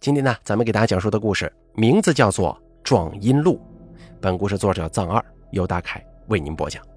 今天呢，咱们给大家讲述的故事名字叫做《壮阴录》，本故事作者藏二，由大凯为您播讲。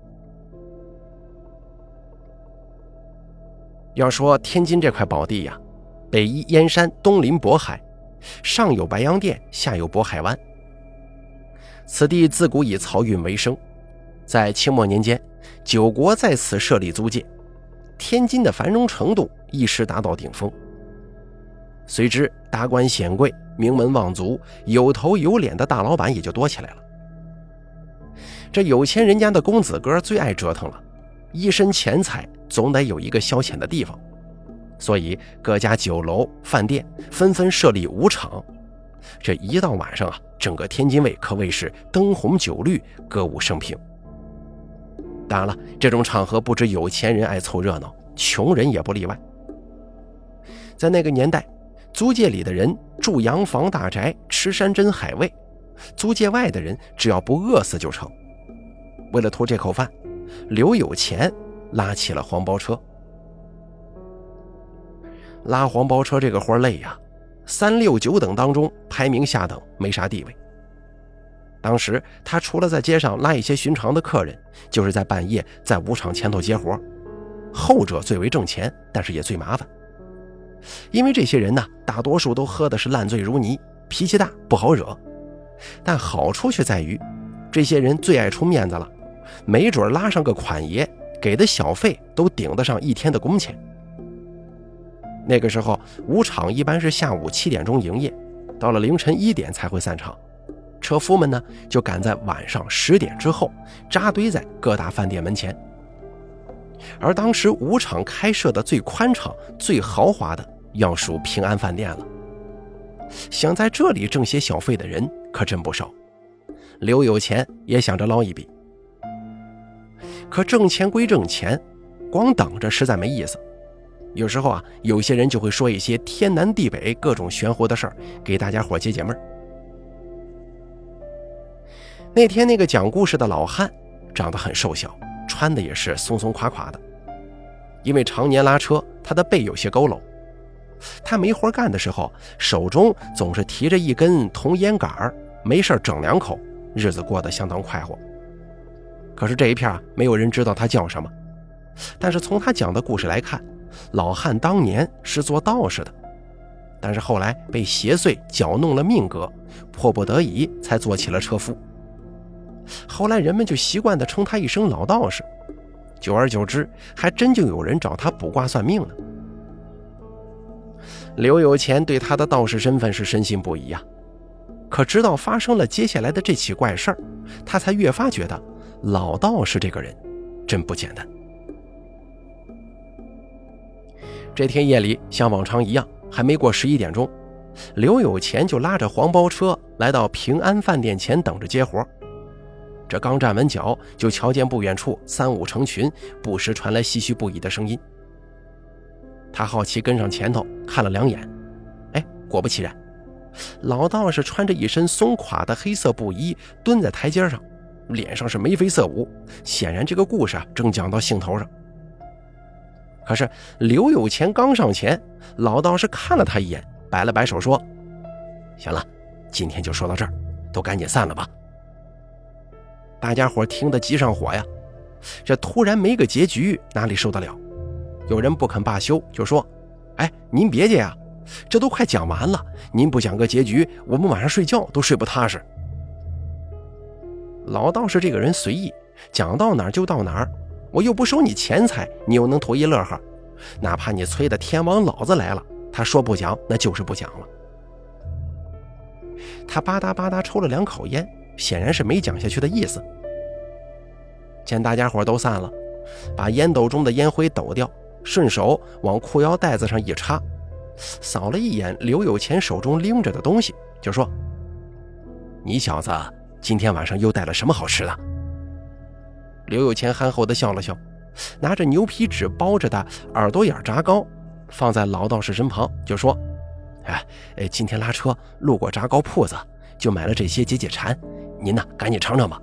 要说天津这块宝地呀，北依燕山，东临渤海，上有白洋淀，下有渤海湾。此地自古以漕运为生，在清末年间，九国在此设立租界，天津的繁荣程度一时达到顶峰。随之达官显贵、名门望族、有头有脸的大老板也就多起来了。这有钱人家的公子哥最爱折腾了，一身钱财总得有一个消遣的地方，所以各家酒楼饭店纷纷设立舞场。这一到晚上啊，整个天津卫可谓是灯红酒绿，歌舞升平。当然了，这种场合不止有钱人爱凑热闹，穷人也不例外。在那个年代，租界里的人住洋房大宅，吃山珍海味，租界外的人只要不饿死就成。为了图这口饭，刘有钱拉起了黄包车。拉黄包车这个活累呀，3、6、9等当中排名下等，没啥地位。当时他除了在街上拉一些寻常的客人，就是在半夜在舞场前头接活，后者最为挣钱，但是也最麻烦。因为这些人呢，大多数都喝的是烂醉如泥，脾气大，不好惹。但好处却在于，这些人最爱充面子了，没准拉上个款爷，给的小费都顶得上1天的工钱。那个时候舞场一般是下午7点钟营业，到了凌晨1点才会散场。车夫们呢，就赶在晚上10点之后扎堆在各大饭店门前。而当时舞场开设的最宽敞最豪华的要数平安饭店了，想在这里挣些小费的人可真不少。刘有钱也想着捞一笔，可挣钱归挣钱，光等着实在没意思。有时候啊，有些人就会说一些天南地北各种玄乎的事儿，给大家伙解解闷儿。那天那个讲故事的老汉长得很瘦小，穿的也是松松垮垮的，因为常年拉车，他的背有些佝偻。他没活干的时候，手中总是提着一根铜烟杆，没事整2口，日子过得相当快活。可是这一片没有人知道他叫什么，但是从他讲的故事来看，老汉当年是做道士的，但是后来被邪祟搅弄了命格，迫不得已才做起了车夫。后来人们就习惯地称他一声老道士，久而久之，还真就有人找他卜卦算命呢。刘有钱对他的道士身份是深信不疑啊，可直到发生了接下来的这起怪事儿，他才越发觉得老道士这个人真不简单。这天夜里像往常一样，还没过11点钟，刘有钱就拉着黄包车来到平安饭店前等着接活。这刚站稳脚，就瞧见不远处3、5成群，不时传来唏嘘不已的声音。他好奇跟上前头看了2眼，果不其然，老道士穿着一身松垮的黑色布衣，蹲在台阶上，脸上是眉飞色舞，显然这个故事正讲到兴头上。可是刘有钱刚上前，老道士看了他一眼，摆了摆手说：“行了，今天就说到这儿，都赶紧散了吧。”大家伙听得急上火呀，这突然没个结局，哪里受得了？有人不肯罢休，就说：“您别介呀，这都快讲完了，您不讲个结局，我们晚上睡觉都睡不踏实。”老道士这个人随意，讲到哪儿就到哪儿，我又不收你钱财，你又能图一乐呵，哪怕你催的天王老子来了，他说不讲那就是不讲了。他吧嗒吧嗒抽了2口烟，显然是没讲下去的意思。见大家伙都散了，把烟斗中的烟灰抖掉，顺手往裤腰带子上一插，扫了一眼刘有钱手中拎着的东西，就说：“你小子今天晚上又带了什么好吃的？”刘有钱憨厚地笑了笑，拿着牛皮纸包着的耳朵眼炸糕放在老道士身旁，就说：“今天拉车路过炸糕铺子，就买了这些解解馋，您呢赶紧尝尝吧。”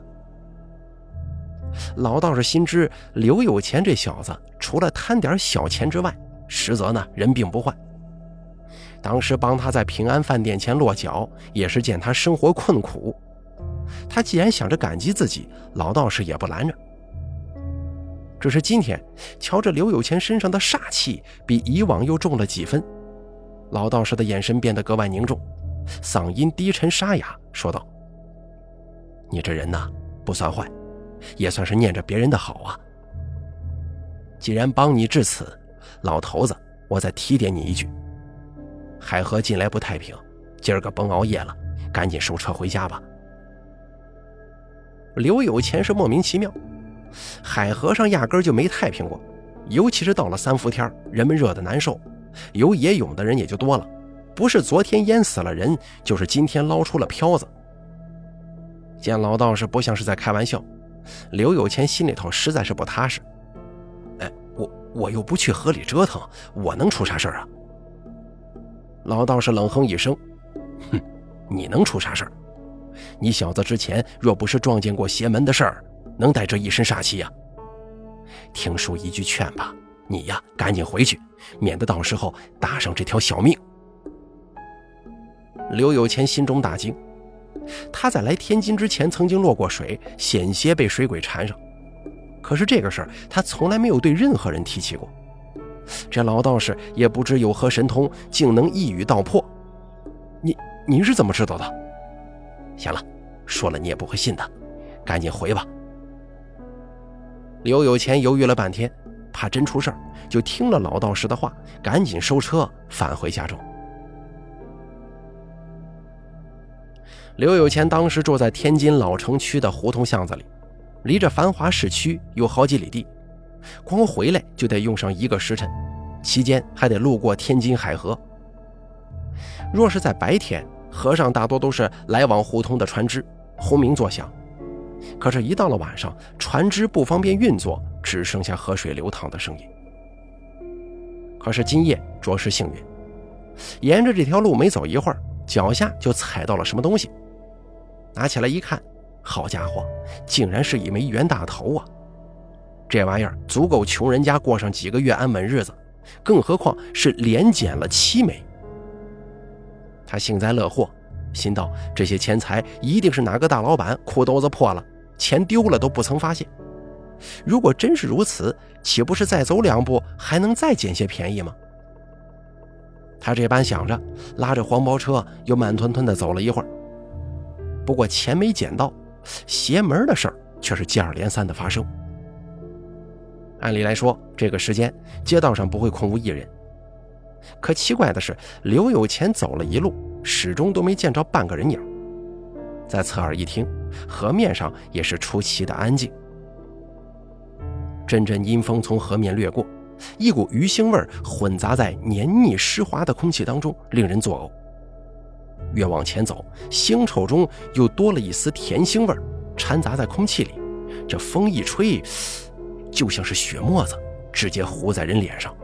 老道士心知刘有钱这小子除了贪点小钱之外，实则呢人并不坏。 当时帮他在平安饭店前落脚，也是见他生活困苦。他既然想着感激自己，老道士也不拦着。只是今天瞧着刘有钱身上的煞气比以往又重了几分，老道士的眼神变得格外凝重，嗓音低沉沙哑，说道：你这人呐，不算坏，也算是念着别人的好啊。既然帮你至此，老头子，我再提点你一句，海河近来不太平，今儿个甭熬夜了，赶紧收车回家吧。刘有钱是莫名其妙，海河上压根就没太平过，尤其是到了3伏天，人们热得难受，有野泳的人也就多了，不是昨天淹死了人，就是今天捞出了漂子。见老道士不像是在开玩笑，刘有钱心里头实在是不踏实。我又不去河里折腾，我能出啥事啊？老道士冷哼一声，哼，你能出啥事？你小子之前若不是撞见过邪门的事儿，能带这一身煞气呀？听叔一句劝吧，你呀赶紧回去，免得到时候搭上这条小命。刘有钱心中大惊，他在来天津之前曾经落过水，险些被水鬼缠上，可是这个事儿他从来没有对任何人提起过。这老道士也不知有何神通，竟能一语道破。您是怎么知道的？行了，说了你也不会信的，赶紧回吧。刘有钱犹豫了半天，怕真出事儿，就听了老道士的话，赶紧收车返回家中。刘有钱当时住在天津老城区的胡同巷子里，离着繁华市区有好几里地，光回来就得用上1个时辰，期间还得路过天津海河。若是在白天，河上大多都是来往互通的船只，轰鸣作响，可是一到了晚上，船只不方便运作，只剩下河水流淌的声音。可是今夜着实幸运，沿着这条路没走一会儿，脚下就踩到了什么东西，拿起来一看，好家伙，竟然是一枚袁大头啊！这玩意儿足够穷人家过上几个月安稳日子，更何况是连捡了7枚。他幸灾乐祸，心道这些钱财一定是哪个大老板裤兜子破了，钱丢了都不曾发现。如果真是如此，岂不是再走2步还能再捡些便宜吗？他这般想着，拉着黄包车又慢吞吞地走了一会儿。不过钱没捡到，邪门的事儿却是接二连三的发生。按理来说，这个时间街道上不会空无一人，可奇怪的是，刘有钱走了一路，始终都没见着半个人影。再侧耳一听，河面上也是出奇的安静。阵阵阴风从河面掠过，一股鱼腥味混杂在黏腻湿滑的空气当中，令人作呕。越往前走，腥臭中又多了一丝甜腥味，掺杂在空气里，这风一吹，就像是血沫子，直接糊在人脸上。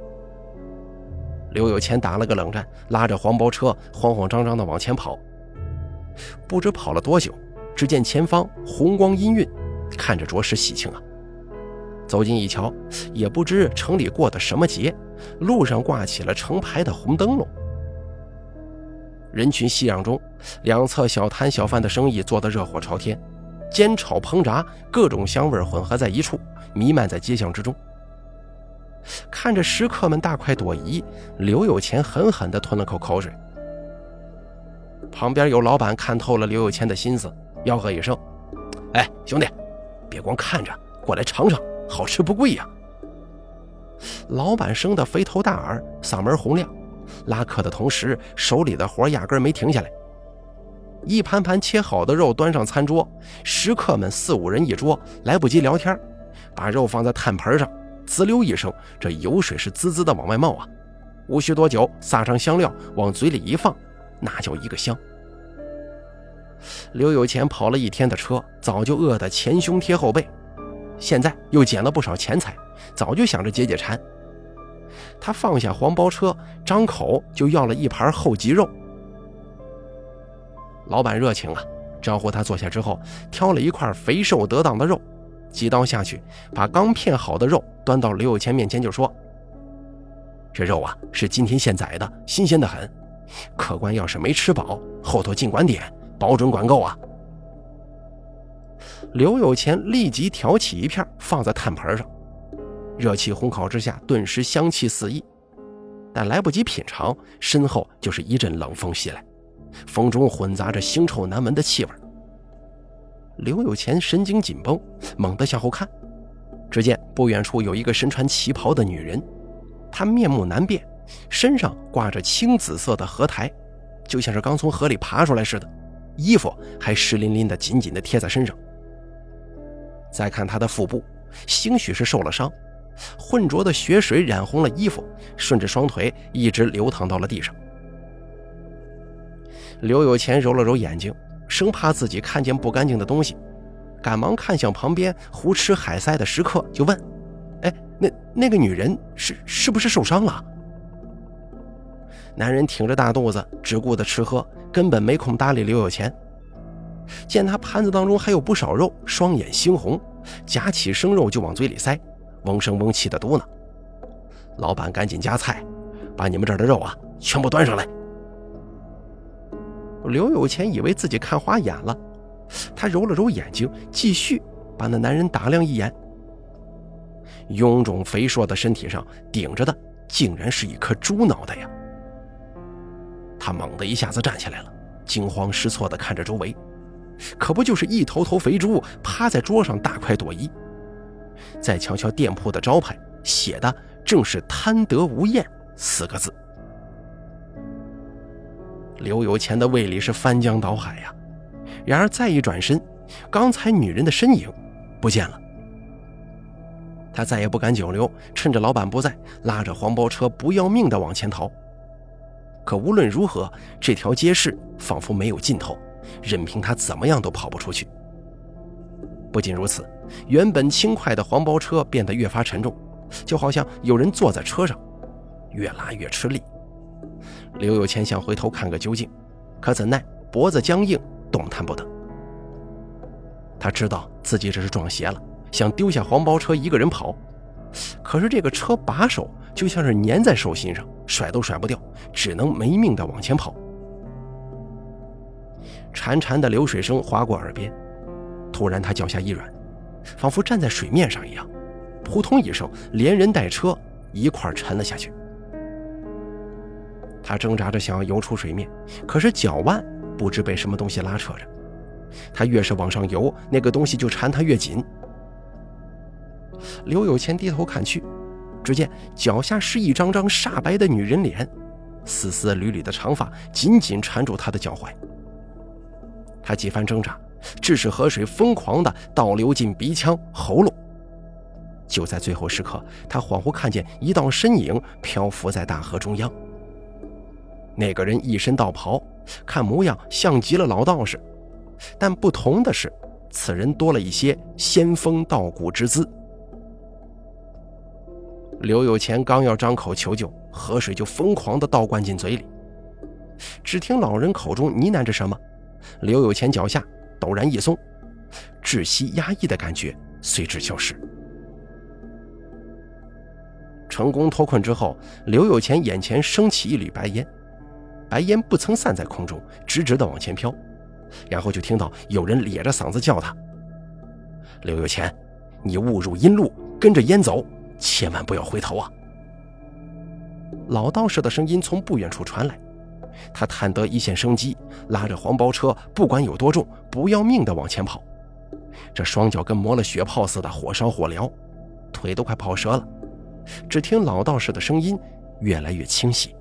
刘有钱打了个冷战，拉着黄包车慌慌张张地往前跑。不知跑了多久，只见前方红光氤氲，看着着实喜庆啊。走近一瞧，也不知城里过的什么节，路上挂起了成排的红灯笼。人群熙攘中，两侧小摊小贩的生意做得热火朝天，煎炒烹炸，各种香味混合在一处，弥漫在街巷之中。看着食客们大快朵颐，刘有钱狠狠地吞了口口水。旁边有老板看透了刘有钱的心思，吆喝一声：“哎，兄弟，别光看着，过来尝尝，好吃不贵呀！”老板生得肥头大耳，嗓门洪亮，拉客的同时，手里的活压根没停下来。一盘盘切好的肉端上餐桌，食客们4、5人一桌，来不及聊天，把肉放在炭盆上，滋溜一声，这油水是滋滋的往外冒啊！无需多久，撒上香料，往嘴里一放，那叫一个香。刘有钱跑了1天的车，早就饿得前胸贴后背，现在又捡了不少钱财，早就想着解解馋。他放下黄包车，张口就要了一盘厚脊肉。老板热情啊，招呼他坐下之后，挑了一块肥瘦得当的肉，几刀下去，把刚片好的肉端到刘有钱面前，就说：“ 这肉啊是今天现宰的，新鲜的很。客官要是没吃饱，后头尽管点，保准管够啊。刘有钱立即挑起一片放在炭盆上，热气烘烤之下，顿时香气四溢。但来不及品尝，身后就是一阵冷风袭来，风中混杂着腥臭难闻的气味。刘有钱神经紧绷，猛地向后看，只见不远处有一个身穿旗袍的女人，她面目难辨，身上挂着青紫色的河台，就像是刚从河里爬出来似的，衣服还湿淋淋的紧紧地贴在身上。再看她的腹部，兴许是受了伤，浑浊的血水染红了衣服，顺着双腿一直流淌到了地上。刘有钱揉了揉眼睛，生怕自己看见不干净的东西，赶忙看向旁边胡吃海塞的食客，就问：哎，那个女人是不是受伤了？男人挺着大肚子，只顾着吃喝，根本没空搭理刘有钱。见他盘子当中还有不少肉，双眼猩红，夹起生肉就往嘴里塞，嗡声嗡气的嘟囔：老板赶紧夹菜，把你们这儿的肉啊全部端上来。刘有钱以为自己看花眼了，他揉了揉眼睛，继续把那男人打量一眼。臃肿肥硕的身体上顶着的竟然是一颗猪脑袋呀！他猛地一下子站起来了，惊慌失措地看着周围，可不就是一头头肥猪趴在桌上大快朵颐。再瞧瞧店铺的招牌，写的正是贪得无厌4个字。刘有钱的胃里是翻江倒海呀，然而再一转身，刚才女人的身影不见了。他再也不敢久留，趁着老板不在，拉着黄包车不要命地往前逃。可无论如何，这条街市仿佛没有尽头，任凭他怎么样都跑不出去。不仅如此，原本轻快的黄包车变得越发沉重，就好像有人坐在车上，越拉越吃力。刘有钱想回头看个究竟，可怎奈脖子僵硬，动弹不得。他知道自己这是撞邪了，想丢下黄包车一个人跑，可是这个车把手就像是粘在手心上，甩都甩不掉，只能没命地往前跑。潺潺的流水声划过耳边，突然他脚下一软，仿佛站在水面上一样，扑通一声，连人带车一块沉了下去。他挣扎着想要游出水面，可是脚腕不知被什么东西拉扯着，他越是往上游，那个东西就缠他越紧。刘有钱低头看去，只见脚下是一张张煞白的女人脸，丝丝缕缕的长发紧紧缠住他的脚踝。他几番挣扎，致使河水疯狂地倒流进鼻腔喉咙。就在最后时刻，他恍惚看见一道身影漂浮在大河中央。那个人一身道袍，看模样像极了老道士，但不同的是，此人多了一些仙风道骨之姿。刘有钱刚要张口求救，河水就疯狂地倒灌进嘴里。只听老人口中呢喃着什么，刘有钱脚下陡然一松，窒息压抑的感觉随之消失。成功脱困之后，刘有钱眼前升起一缕白烟，白烟不曾散在空中，直直地往前飘，然后就听到有人咧着嗓子叫他：刘有钱，你误入阴路，跟着烟走，千万不要回头啊！老道士的声音从不远处传来，他探得一线生机，拉着黄包车不管有多重，不要命地往前跑。这双脚跟磨了血泡似的，火烧火燎，腿都快跑折了。只听老道士的声音越来越清晰，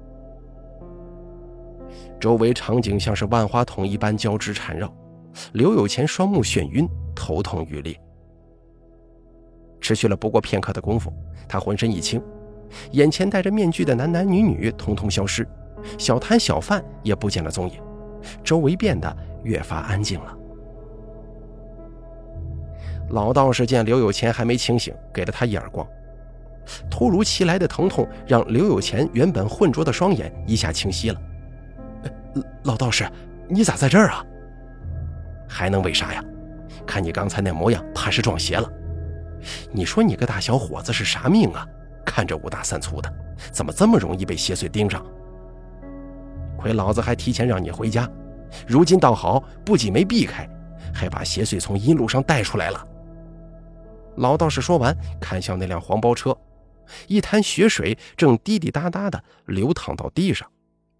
周围场景像是万花筒一般交织缠绕，刘有钱双目眩晕，头痛欲裂。持续了不过片刻的功夫，他浑身一轻，眼前戴着面具的男男女女统统消失，小摊小贩也不见了踪影，周围变得越发安静了。老道士见刘有钱还没清醒，给了他一耳光。突如其来的疼痛让刘有钱原本浑浊的双眼一下清晰了。老道士，你咋在这儿啊？还能为啥呀？看你刚才那模样，怕是撞邪了。你说你个大小伙子是啥命啊？ 看着5大3粗的，怎么这么容易被邪祟盯上？亏老子还提前让你回家，如今倒好，不仅没避开，还把邪祟从阴路上带出来了。老道士说完，看向那辆黄包车，一滩血水正滴滴答答地流淌到地上。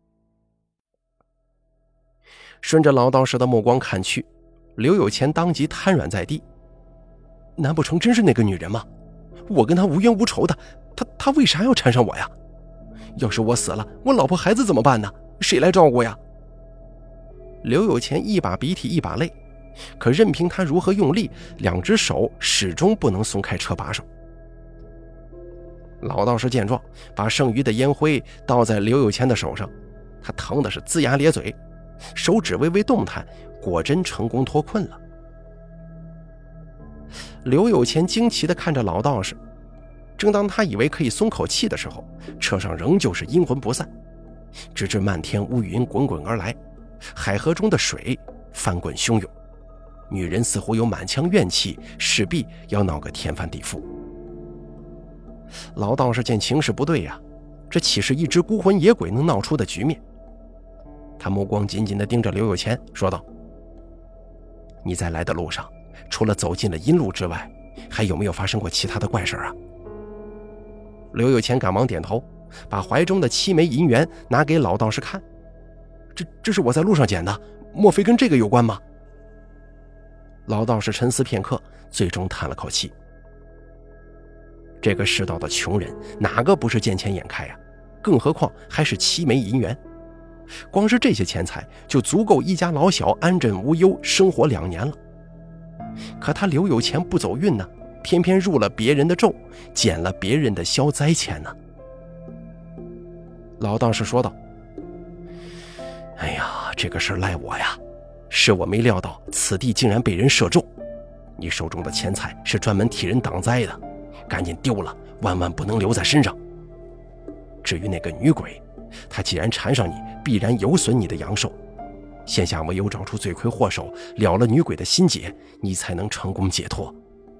顺着老道士的目光看去，刘有钱当即瘫软在地。难不成真是那个女人吗？我跟她无冤无仇的，她为啥要缠上我呀？要是我死了，我老婆孩子怎么办呢？谁来照顾呀？刘有钱一把鼻涕一把泪，可任凭他如何用力，2只手始终不能松开车把手。老道士见状，把剩余的烟灰倒在刘有钱的手上，他疼的是龇牙咧嘴，手指微微动弹，果真成功脱困了。刘有钱惊奇地看着老道士，正当他以为可以松口气的时候，车上仍旧是阴魂不散，直至漫天乌云滚滚而来，海河中的水翻滚汹涌，女人似乎有满腔怨气，势必要闹个天翻地覆。老道士见情势不对呀，这岂是一只孤魂野鬼能闹出的局面？他目光紧紧地盯着刘有钱，说道：你在来的路上，除了走进了阴路之外，还有没有发生过其他的怪事啊？刘有钱赶忙点头，把怀中的7枚银元拿给老道士看。这是我在路上捡的，莫非跟这个有关吗？老道士沉思片刻，最终叹了口气。这个世道的穷人哪个不是见钱眼开啊？更何况还是7枚银元，光是这些钱财就足够一家老小安枕无忧生活2年了。可他刘有钱不走运呢，偏偏入了别人的咒，捡了别人的消灾钱呢。老道士说道：哎呀，这个事赖我呀，是我没料到此地竟然被人设咒，你手中的钱财是专门替人挡灾的，赶紧丢了，万万不能留在身上。至于那个女鬼，她既然缠上你，必然有损你的阳寿，现下唯有找出罪魁祸首，了了女鬼的心结，你才能成功解脱。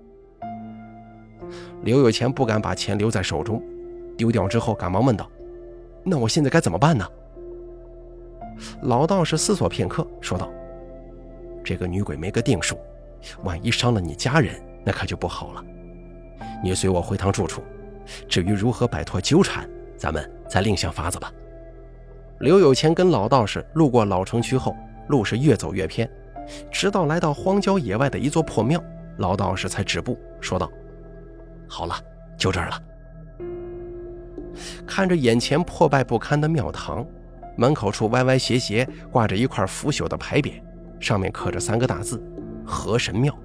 刘有钱不敢把钱留在手中，丢掉之后赶忙问道：那我现在该怎么办呢？老道士思索片刻，说道：这个女鬼没个定数，万一伤了你家人，那可就不好了。你随我回趟住处，至于如何摆脱纠缠，咱们再另想法子吧。刘有钱跟老道士路过老城区后，路是越走越偏，直到来到荒郊野外的一座破庙，老道士才止步，说道：好了，就这儿了。看着眼前破败不堪的庙堂，门口处歪歪斜斜挂着一块腐朽的牌匾，上面刻着3个大字：河神庙。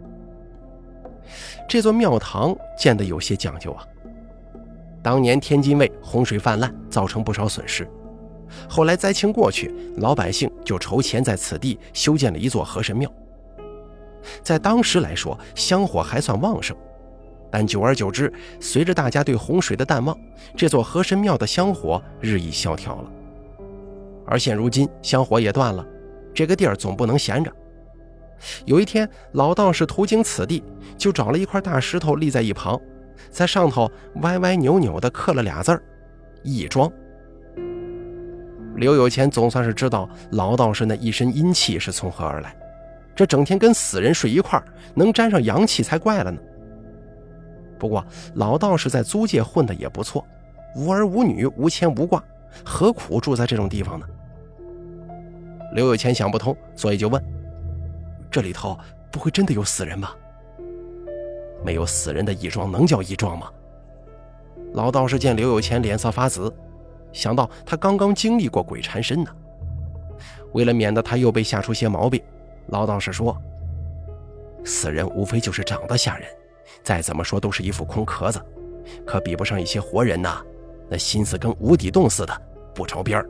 这座庙堂建得有些讲究啊。当年天津卫洪水泛滥，造成不少损失，后来灾情过去，老百姓就筹钱在此地修建了一座河神庙。在当时来说，香火还算旺盛，但久而久之，随着大家对洪水的淡忘，这座河神庙的香火日益萧条了。而现如今香火也断了，这个地儿总不能闲着。有一天，老道士途经此地，就找了一块大石头立在一旁，在上头歪歪扭扭地刻了俩字儿：义庄。刘有钱总算是知道老道士那一身阴气是从何而来，这整天跟死人睡一块，能沾上阳气才怪了呢。不过老道士在租界混得也不错，无儿无女，无牵无挂，何苦住在这种地方呢？刘有钱想不通，所以就问：这里头不会真的有死人吧？没有死人的义庄能叫义庄吗？老道士见刘有钱脸色发紫，想到他刚刚经历过鬼缠身呢，为了免得他又被吓出些毛病，老道士说：死人无非就是长得吓人，再怎么说都是一副空壳子，可比不上一些活人呐，那心思跟无底洞似的，不着边儿。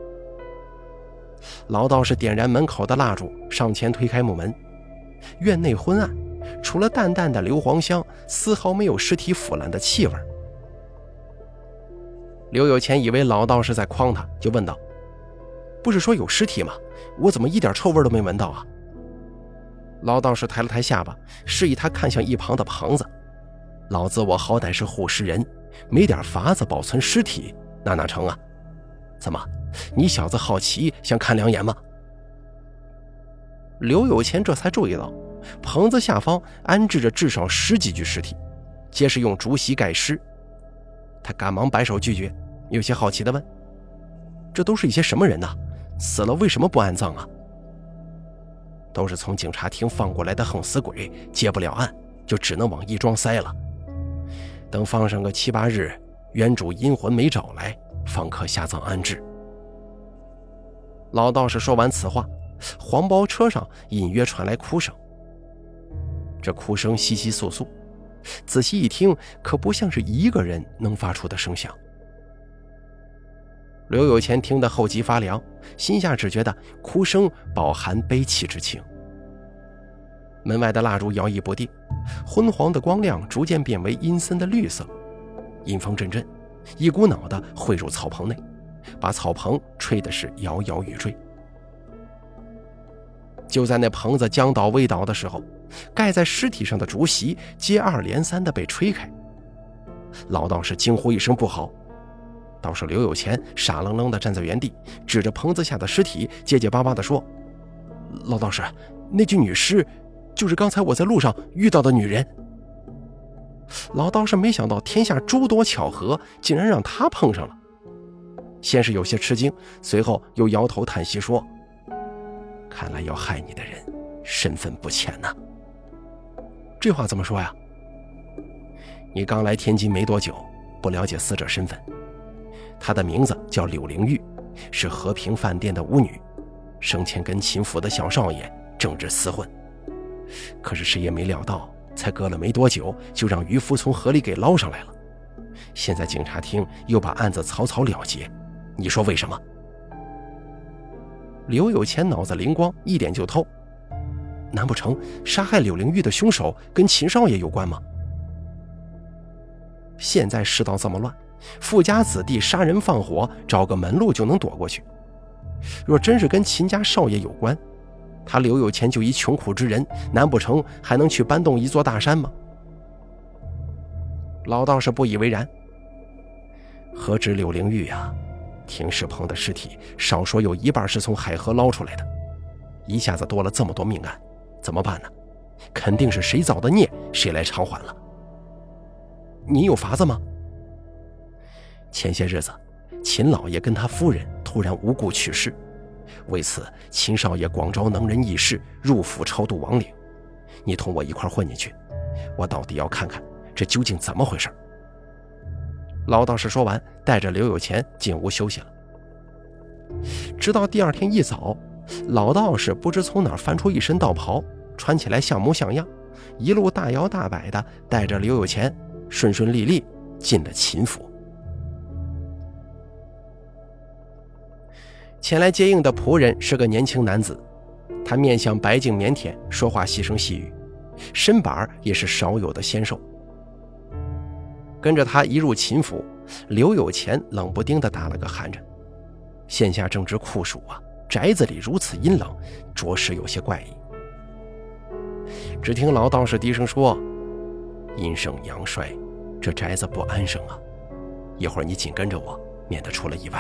老道士点燃门口的蜡烛，上前推开木门，院内昏暗，除了淡淡的硫磺香，丝毫没有尸体腐烂的气味。刘有钱以为老道士在诓他，就问道：不是说有尸体吗？我怎么一点臭味都没闻到啊？老道士抬了抬下巴，示意他看向一旁的棚子：老子我好歹是护尸人， 没点法子保存尸体，那哪成啊？怎么，你小子好奇想看两眼吗？刘有钱这才注意到棚子下方安置着至少10几具尸体，皆是用竹席盖尸。他赶忙摆手拒绝，有些好奇地问：这都是一些什么人呢？死了为什么不安葬啊？都是从警察厅放过来的横死鬼，接不了案，就只能往义庄塞了。等放上个7、8日，原主阴魂没找来，方可下葬安置。老道士说完此话，黄包车上隐约传来哭声。这哭声稀稀簌簌，仔细一听，可不像是一个人能发出的声响。刘有钱听得后脊发凉，心下只觉得哭声饱含悲戚之情。门外的蜡烛摇曳不定，昏黄的光亮逐渐变为阴森的绿色，阴风阵阵，一股脑地汇入草棚内，把草棚吹的是摇摇欲坠。就在那棚子将倒未倒的时候，盖在尸体上的竹席接二连三地被吹开。老道士惊呼一声不好，道士刘有钱傻愣愣地站在原地，指着棚子下的尸体结结巴巴地说：老道士，那具女尸就是刚才我在路上遇到的女人。老道士没想到天下诸多巧合，竟然让他碰上了，先是有些吃惊，随后又摇头叹息说：看来要害你的人身份不浅呐。这话怎么说呀？你刚来天津没多久，不了解死者身份。她的名字叫柳灵玉，是和平饭店的舞女，生前跟秦府的小少爷正值厮混。可是谁也没料到，才隔了没多久，就让渔夫从河里给捞上来了。现在警察厅又把案子草草了结，你说为什么？刘有钱脑子灵光，一点就透，难不成杀害柳灵玉的凶手跟秦少爷有关吗？现在世道这么乱，富家子弟杀人放火，找个门路就能躲过去。若真是跟秦家少爷有关，他刘有钱就一穷苦之人，难不成还能去搬动一座大山吗？老道士不以为然。何止柳灵玉呀，停尸棚的尸体少说有一半是从海河捞出来的，一下子多了这么多命案，怎么办呢？肯定是谁造的孽，谁来偿还了。你有法子吗？前些日子秦老爷跟他夫人突然无故去世，为此秦少爷广招能人异士入府超度亡灵，你同我一块混进去，我到底要看看这究竟怎么回事。老道士说完，带着刘有钱进屋休息了。直到第二天一早，老道士不知从哪儿翻出一身道袍，穿起来像模像样，一路大摇大摆的带着刘有钱顺顺利利进了秦府。前来接应的仆人是个年轻男子，他面相白净腼腆，说话细声细语，身板也是少有的纤瘦。跟着他一入秦府，刘有钱冷不丁地打了个寒颤。现下正值酷暑啊，宅子里如此阴冷，着实有些怪异。只听老道士低声说：阴盛阳衰，这宅子不安生啊，一会儿你紧跟着我，免得出了意外。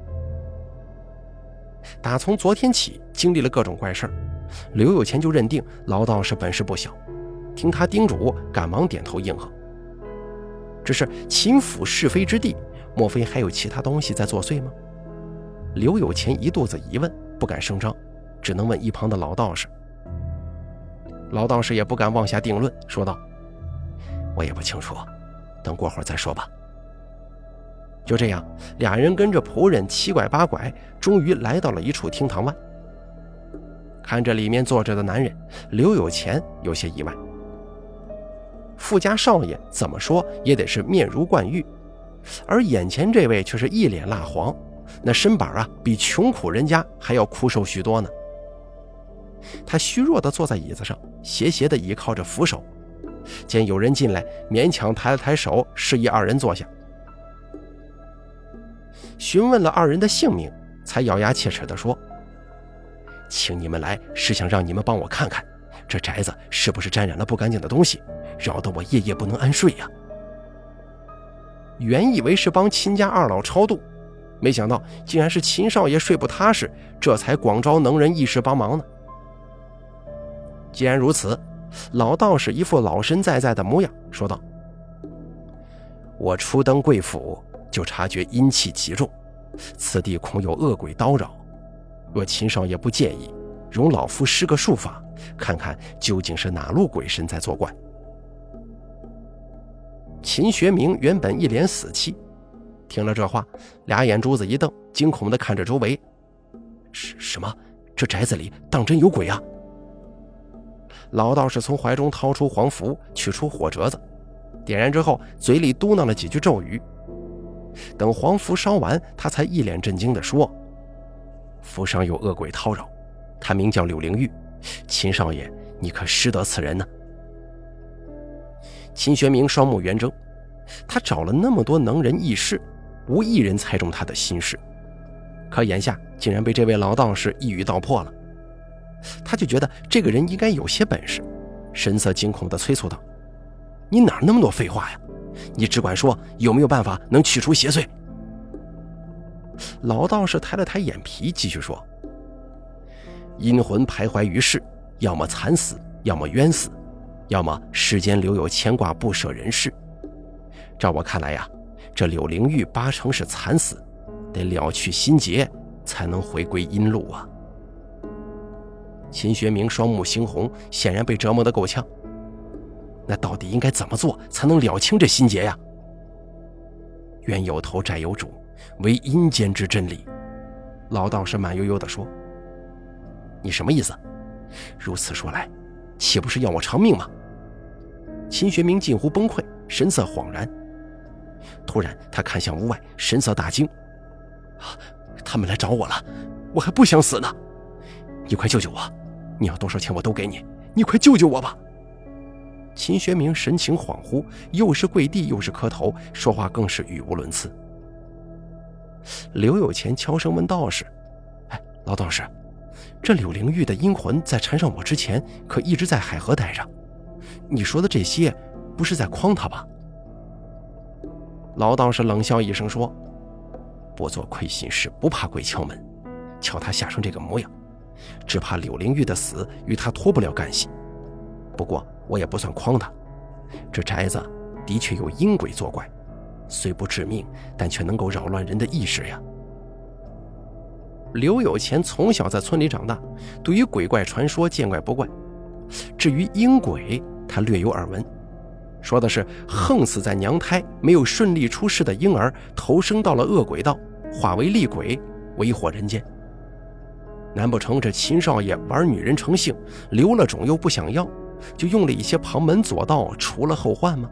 打从昨天起经历了各种怪事儿，刘有钱就认定老道士本事不小，听他叮嘱，赶忙点头应和。只是秦府是非之地，莫非还有其他东西在作祟吗？刘有钱一肚子疑问，不敢声张，只能问一旁的老道士。老道士也不敢妄下定论，说道：我也不清楚，等过会儿再说吧。就这样，俩人跟着仆人七拐八拐，终于来到了一处厅堂外。看着里面坐着的男人，刘有钱有些意外。富家少爷怎么说也得是面如冠玉，而眼前这位却是一脸蜡黄，那身板啊比穷苦人家还要枯瘦许多呢。他虚弱地坐在椅子上，斜斜地倚靠着扶手，见有人进来，勉强抬了抬手，示意二人坐下。询问了二人的姓名，才咬牙切齿地说：请你们来是想让你们帮我看看这宅子是不是沾染了不干净的东西，扰得我夜夜不能安睡呀。 原以为是帮秦家二老超度，没想到竟然是秦少爷睡不踏实，这才广招能人异士帮忙呢。既然如此，老道士一副老神在在的模样，说道：我初登贵府，就察觉阴气极重，此地恐有恶鬼叨扰，若秦少爷不介意，容老夫施个术法，看看究竟是哪路鬼神在作怪。秦学明原本一脸死气，听了这话，俩眼珠子一瞪，惊恐地看着周围。什么？这宅子里当真有鬼啊？老道士从怀中掏出黄符，取出火折子，点燃之后，嘴里嘟囔了几句咒语。等黄符烧完，他才一脸震惊地说：符上有恶鬼叨扰，他名叫柳灵玉，秦少爷，你可识得此人呢？秦学明双目圆睁，他找了那么多能人异士，无一人猜中他的心事，可眼下竟然被这位老道士一语道破了。他就觉得这个人应该有些本事，神色惊恐地催促道：你哪那么多废话呀？你只管说有没有办法能去除邪祟。老道士抬了抬眼皮，继续说：阴魂徘徊于世，要么惨死，要么冤死，要么世间留有牵挂不舍人世。照我看来呀，这柳灵玉八成是惨死，得了去心结，才能回归阴路啊。秦学明双目猩红，显然被折磨得够呛。那到底应该怎么做才能了清这心结呀？冤有头债有主，为阴间之真理。老道士慢悠悠地说：你什么意思？如此说来，岂不是要我偿命吗？秦学明近乎崩溃，神色恍然。突然他看向屋外，神色大惊：他们来找我了，我还不想死呢！你快救救我，你要多少钱我都给你，你快救救我吧！秦学明神情恍惚，又是跪地又是磕头，说话更是语无伦次。刘有钱悄声问道士：老道士，这柳灵玉的阴魂在缠上我之前可一直在海河待着，你说的这些不是在诓他吧？老道士冷笑一声说：不做亏心事，不怕鬼敲门，瞧他吓成这个模样，只怕柳灵玉的死与他脱不了干系。不过我也不算诓他，这宅子的确有阴鬼作怪，虽不致命，但却能够扰乱人的意识呀。刘有钱从小在村里长大，对于鬼怪传说见怪不怪，至于阴鬼他略有耳闻，说的是横死在娘胎没有顺利出世的婴儿投生到了恶鬼道，化为厉鬼为祸人间。难不成这秦少爷玩女人成性，留了种又不想要，就用了一些旁门左道除了后患吗？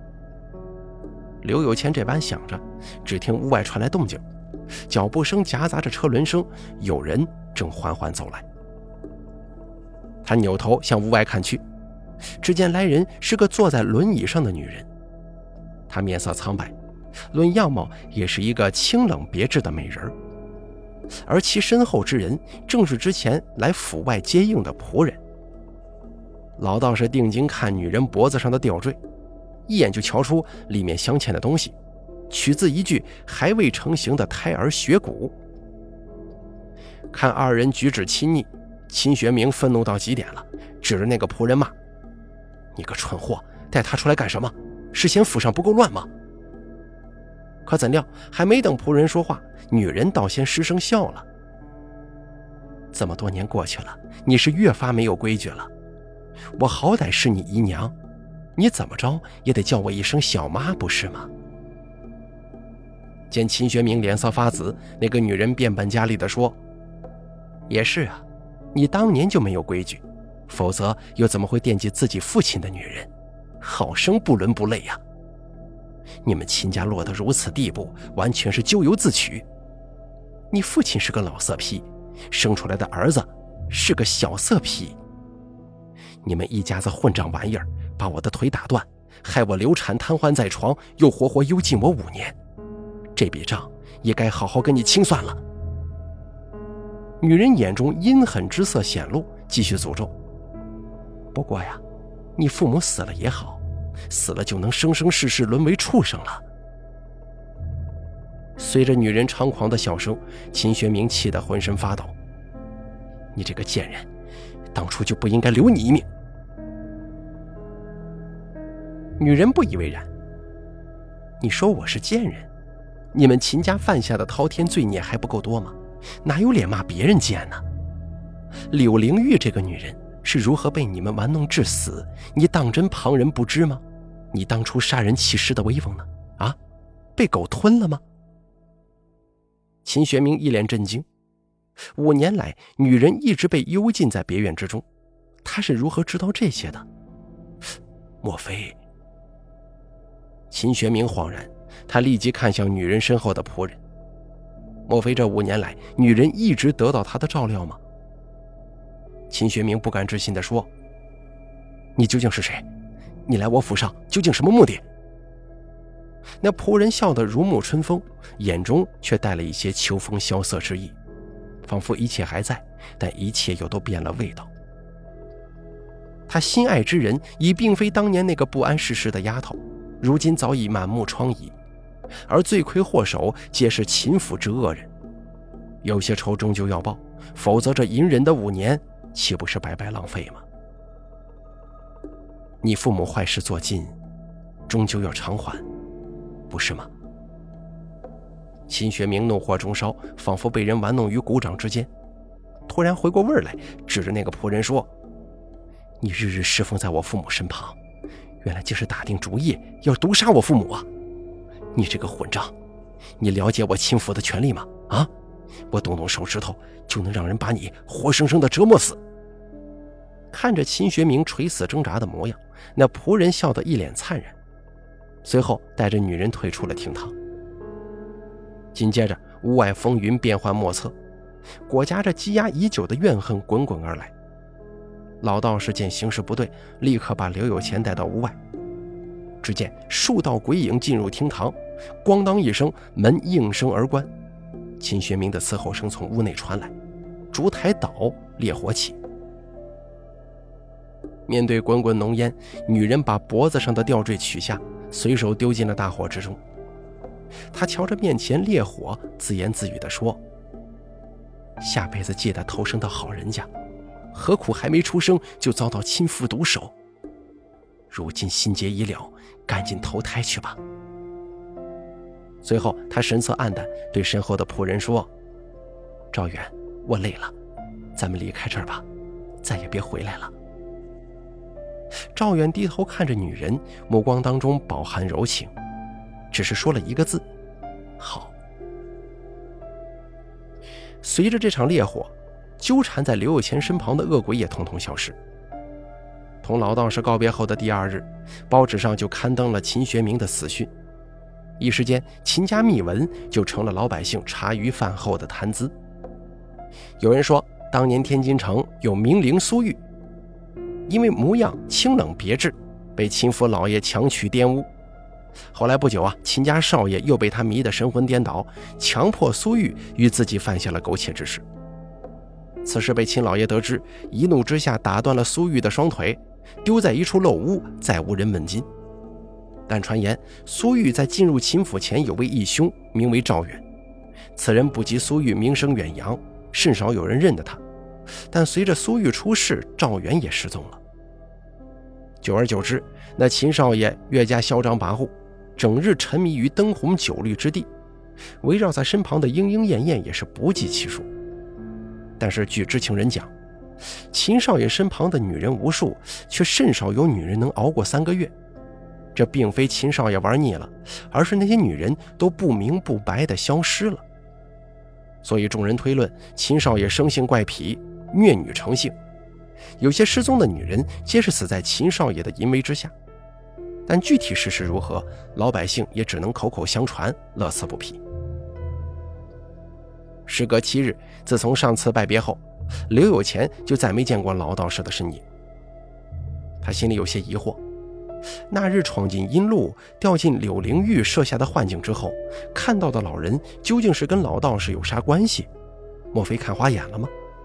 刘有钱这般想着，只听屋外传来动静，脚步声夹杂着车轮声，有人正缓缓走来。他扭头向屋外看去，只见来人是个坐在轮椅上的女人，她面色苍白，论样貌也是一个清冷别致的美人，而其身后之人正是之前来府外接应的仆人。老道士定睛看女人脖子上的吊坠，一眼就瞧出里面镶嵌的东西，取自一具还未成型的胎儿血骨。看二人举止亲昵，秦学明愤怒到极点了，指着那个仆人骂：你个蠢货，带他出来干什么？是嫌府上不够乱吗？可怎料还没等仆人说话，女人倒先失声笑了。这么多年过去了，你是越发没有规矩了。我好歹是你姨娘，你怎么着也得叫我一声小妈不是吗？见秦学明脸色发紫，那个女人变本加厉地说：也是啊，你当年就没有规矩，否则又怎么会惦记自己父亲的女人？好生不伦不类呀！你们秦家落得如此地步，完全是咎由自取。你父亲是个老色批，生出来的儿子是个小色批。你们一家子混账玩意儿，把我的腿打断，害我流产瘫痪在床，又活活幽禁我5年，这笔账也该好好跟你清算了。女人眼中阴狠之色显露，继续诅咒：不过呀，你父母死了也好，死了就能生生世世沦为畜生了。 随着女人猖狂的笑声，秦学明气得浑身发抖。你这个贱人，当初就不应该留你一命。女人不以为然。你说我是贱人？你们秦家犯下的滔天罪孽还不够多吗？哪有脸骂别人贱呢？柳灵玉这个女人是如何被你们玩弄致死，你当真旁人不知吗？你当初杀人弃尸的威风呢？啊，被狗吞了吗？秦学明一脸震惊。5年来，女人一直被幽禁在别院之中，他是如何知道这些的？莫非……秦学明恍然，他立即看向女人身后的仆人。莫非这5年来，女人一直得到他的照料吗？秦学明不敢置信地说：你究竟是谁？你来我府上究竟什么目的？那仆人笑得如沐春风，眼中却带了一些秋风萧瑟之意，仿佛一切还在，但一切又都变了味道。他心爱之人已并非当年那个不谙世事的丫头，如今早已满目疮痍，而罪魁祸首皆是秦府之恶人。有些仇终究要报，否则这隐忍的5年岂不是白白浪费吗？你父母坏事做尽，终究要偿还，不是吗？秦学明怒火中烧，仿佛被人玩弄于股掌之间，突然回过味儿来，指着那个仆人说：你日日侍奉在我父母身旁，原来竟是打定主意要毒杀我父母啊！你这个混账，你了解我秦府的权力吗？啊，我动动手指头就能让人把你活生生的折磨死。看着秦学明垂死挣扎的模样，那仆人笑得一脸灿然，随后带着女人退出了厅堂。紧接着屋外风云变幻莫测，裹夹着积压已久的怨恨滚滚而来。老道士见形势不对，立刻把刘有钱带到屋外。只见数道鬼影进入厅堂，咣当一声，门应声而关。秦学明的嘶吼声从屋内传来，烛台倒，烈火起。面对滚滚浓烟，女人把脖子上的吊坠取下，随手丢进了大火之中。她瞧着面前烈火，自言自语地说：下辈子记得投生到好人家，何苦还没出生就遭到亲父毒手？如今心结已了，赶紧投胎去吧。随后他神色黯淡，对身后的仆人说：赵远，我累了，咱们离开这儿吧，再也别回来了。赵远低头看着女人，目光当中饱含柔情，只是说了一个字：好。随着这场烈火，纠缠在刘有钱身旁的恶鬼也统统消失。同老道士告别后的第2日，报纸上就刊登了秦学明的死讯。一时间，秦家秘闻就成了老百姓茶余饭后的谈资。有人说，当年天津城有名伶苏玉，因为模样清冷别致，被秦府老爷强娶玷污。后来不久啊，秦家少爷又被他迷得神魂颠倒，强迫苏玉与自己犯下了苟且之事。此事被秦老爷得知，一怒之下打断了苏玉的双腿，丢在一处漏屋，再无人问津。但传言苏玉在进入秦府前有位义兄，名为赵远，此人不及苏玉名声远扬，甚少有人认得他。但随着苏玉出事，赵远也失踪了。久而久之，那秦少爷越加嚣张跋扈，整日沉迷于灯红酒绿之地，围绕在身旁的莺莺燕燕也是不计其数。但是据知情人讲，秦少爷身旁的女人无数，却甚少有女人能熬过3个月。这并非秦少爷玩腻了，而是那些女人都不明不白地消失了。所以众人推论，秦少爷生性怪癖，虐女成性，有些失踪的女人皆是死在秦少爷的淫威之下。但具体事实如何，老百姓也只能口口相传，乐此不疲。时隔7日，自从上次拜别后，刘有钱就再没见过老道士的身影。他心里有些疑惑，那日闯进阴路，掉进柳灵玉设下的幻境之后，看到的老人究竟是跟老道士有啥关系？莫非看花眼了吗？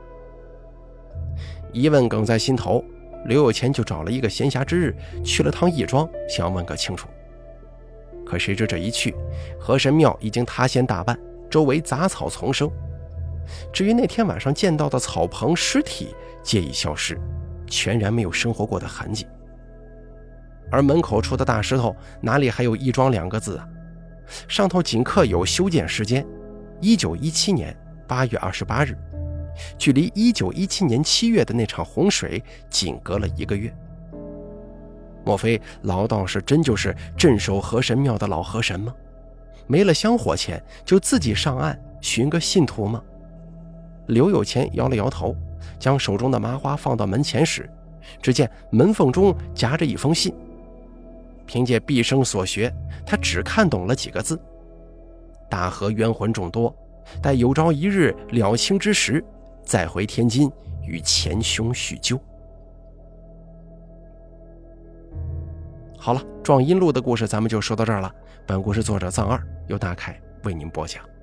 疑问梗在心头，刘有钱就找了一个闲暇之日，去了趟义庄，想要问个清楚。 可谁知这一去，河神庙已经塌陷大半，周围杂草丛生。至于那天晚上见到的草棚尸体皆已消失，全然没有生活过的痕迹。而门口处的大石头哪里还有义庄2个字啊？上头仅刻有修建时间1917年8月28日，距离1917年7月的那场洪水仅隔了1个月。莫非老道士真就是镇守河神庙的老河神吗？没了香火钱就自己上岸寻个信徒吗？刘有钱摇了摇头，将手中的麻花放到门前时，只见门缝中夹着一封信。凭借毕生所学，他只看懂了几个字：大河冤魂众多，待有朝一日了清之时，再回天津与前兄叙旧。好了，壮阴路的故事咱们就说到这儿了。本故事作者藏二，由大凯为您播讲。